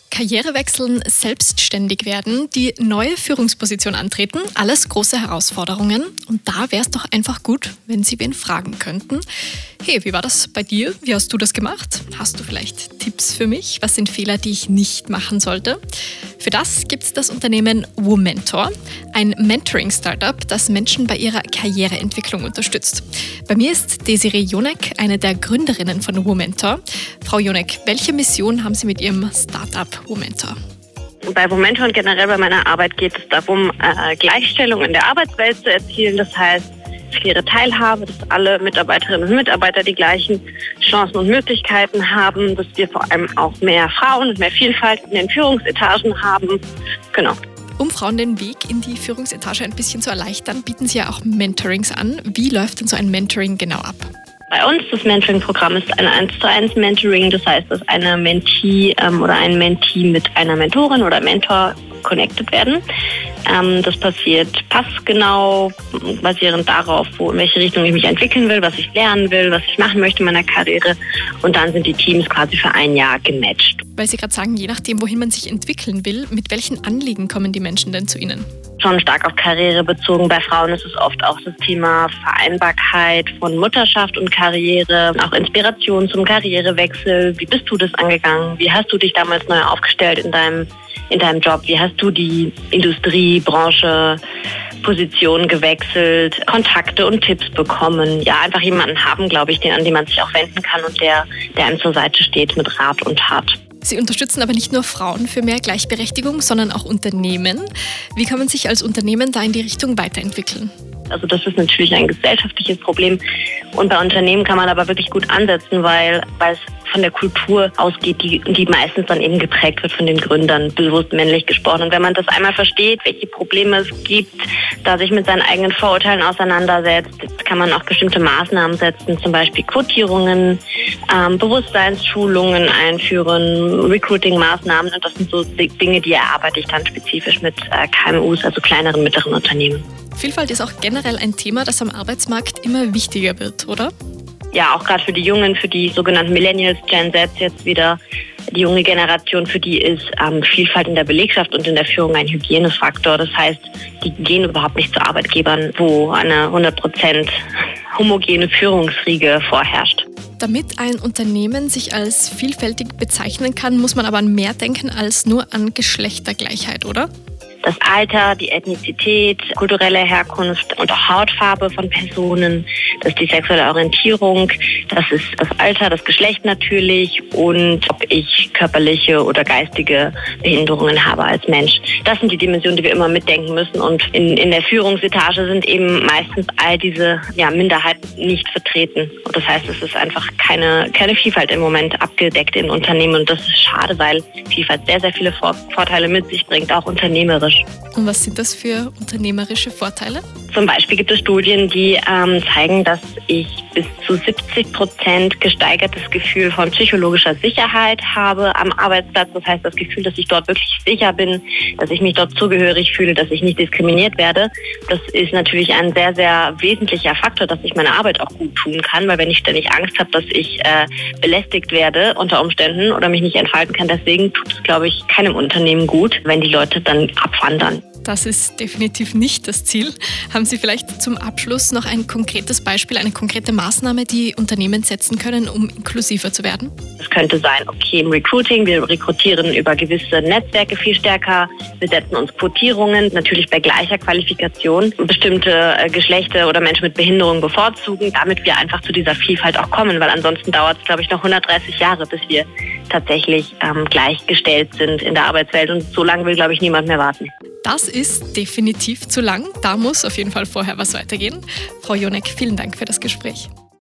Karriere wechseln, selbstständig werden, die neue Führungsposition antreten, alles große Herausforderungen. Und da wäre es doch einfach gut, wenn Sie wen fragen könnten. Hey, wie war das bei dir? Wie hast du das gemacht? Hast du vielleicht Tipps für mich? Was sind Fehler, die ich nicht machen sollte? Für das gibt es das Unternehmen Womentor, ein Mentoring-Startup, das Menschen bei ihrer Karriereentwicklung unterstützt. Bei mir ist Desiree Jonek, eine der Gründerinnen von Womentor. Frau Jonek, welche Mission haben Sie mit Ihrem Startup Womentor? Bei Womentor und generell bei meiner Arbeit geht es darum, Gleichstellung in der Arbeitswelt zu erzielen. Das heißt, faire Teilhabe, dass alle Mitarbeiterinnen und Mitarbeiter die gleichen Chancen und Möglichkeiten haben, dass wir vor allem auch mehr Frauen und mehr Vielfalt in den Führungsetagen haben. Genau. Um Frauen den Weg in die Führungsetage ein bisschen zu erleichtern, bieten Sie ja auch Mentorings an. Wie läuft denn so ein Mentoring genau ab? Bei uns, das Mentoring-Programm ist ein 1:1 Mentoring. Das heißt, dass eine Mentee oder ein Mentee mit einer Mentorin oder Mentor connected werden. Das passiert passgenau, basierend darauf, in welche Richtung ich mich entwickeln will, was ich lernen will, was ich machen möchte in meiner Karriere. Und dann sind die Teams quasi für ein Jahr gematcht. Weil Sie gerade sagen, je nachdem, wohin man sich entwickeln will, mit welchen Anliegen kommen die Menschen denn zu Ihnen? Schon stark auf Karriere bezogen. Bei Frauen ist es oft auch das Thema Vereinbarkeit von Mutterschaft und Karriere, auch Inspiration zum Karrierewechsel. Wie bist du das angegangen? Wie hast du dich damals neu aufgestellt in deinem Job? Wie hast du die Industrie, Branche, Position gewechselt, Kontakte und Tipps bekommen? Ja, einfach jemanden haben, glaube ich, an den man sich auch wenden kann und der einem zur Seite steht mit Rat und Tat. Sie unterstützen aber nicht nur Frauen für mehr Gleichberechtigung, sondern auch Unternehmen. Wie kann man sich als Unternehmen da in die Richtung weiterentwickeln? Also das ist natürlich ein gesellschaftliches Problem. Und bei Unternehmen kann man aber wirklich gut ansetzen, weil es von der Kultur ausgeht, die meistens dann eben geprägt wird von den Gründern, bewusst männlich gesprochen. Und wenn man das einmal versteht, welche Probleme es gibt, da sich mit seinen eigenen Vorurteilen auseinandersetzt, kann man auch bestimmte Maßnahmen setzen, zum Beispiel Quotierungen, Bewusstseinsschulungen einführen, Recruiting-Maßnahmen. Und das sind so Dinge, die erarbeite ich dann spezifisch mit KMUs, also kleineren, mittleren Unternehmen. Vielfalt ist auch generell ein Thema, das am Arbeitsmarkt immer wichtiger wird, oder? Ja, auch gerade für die Jungen, für die sogenannten Millennials, Gen Z jetzt wieder, die junge Generation, für die ist Vielfalt in der Belegschaft und in der Führung ein Hygienefaktor. Das heißt, die gehen überhaupt nicht zu Arbeitgebern, wo eine 100% homogene Führungsriege vorherrscht. Damit ein Unternehmen sich als vielfältig bezeichnen kann, muss man aber an mehr denken als nur an Geschlechtergleichheit, oder? Das Alter, die Ethnizität, kulturelle Herkunft und auch Hautfarbe von Personen, das ist die sexuelle Orientierung, das ist das Alter, das Geschlecht natürlich und ob ich körperliche oder geistige Behinderungen habe als Mensch. Das sind die Dimensionen, die wir immer mitdenken müssen und in der Führungsetage sind eben meistens all diese Minderheiten nicht vertreten. Und das heißt, es ist einfach keine Vielfalt im Moment abgedeckt in Unternehmen und das ist schade, weil Vielfalt sehr, sehr viele Vorteile mit sich bringt, auch unternehmerisch. Und was sind das für unternehmerische Vorteile? Zum Beispiel gibt es Studien, die zeigen, dass ich bis zu 70% gesteigertes Gefühl von psychologischer Sicherheit habe am Arbeitsplatz. Das heißt, das Gefühl, dass ich dort wirklich sicher bin, dass ich mich dort zugehörig fühle, dass ich nicht diskriminiert werde. Das ist natürlich ein sehr, sehr wesentlicher Faktor, dass ich meine Arbeit auch gut tun kann. Weil wenn ich ständig Angst habe, dass ich belästigt werde unter Umständen oder mich nicht entfalten kann, deswegen tut es, glaube ich, keinem Unternehmen gut, wenn die Leute dann abwandern. Das ist definitiv nicht das Ziel. Haben Sie vielleicht zum Abschluss noch ein konkretes Beispiel, eine konkrete Maßnahme, die Unternehmen setzen können, um inklusiver zu werden? Es könnte sein, okay, im Recruiting, wir rekrutieren über gewisse Netzwerke viel stärker. Wir setzen uns Quotierungen, natürlich bei gleicher Qualifikation, bestimmte Geschlechter oder Menschen mit Behinderung bevorzugen, damit wir einfach zu dieser Vielfalt auch kommen, weil ansonsten dauert es, glaube ich, noch 130 Jahre, bis wir tatsächlich gleichgestellt sind in der Arbeitswelt. Und so lange will, glaube ich, niemand mehr warten. Das ist definitiv zu lang. Da muss auf jeden Fall vorher was weitergehen. Frau Jonek, vielen Dank für das Gespräch.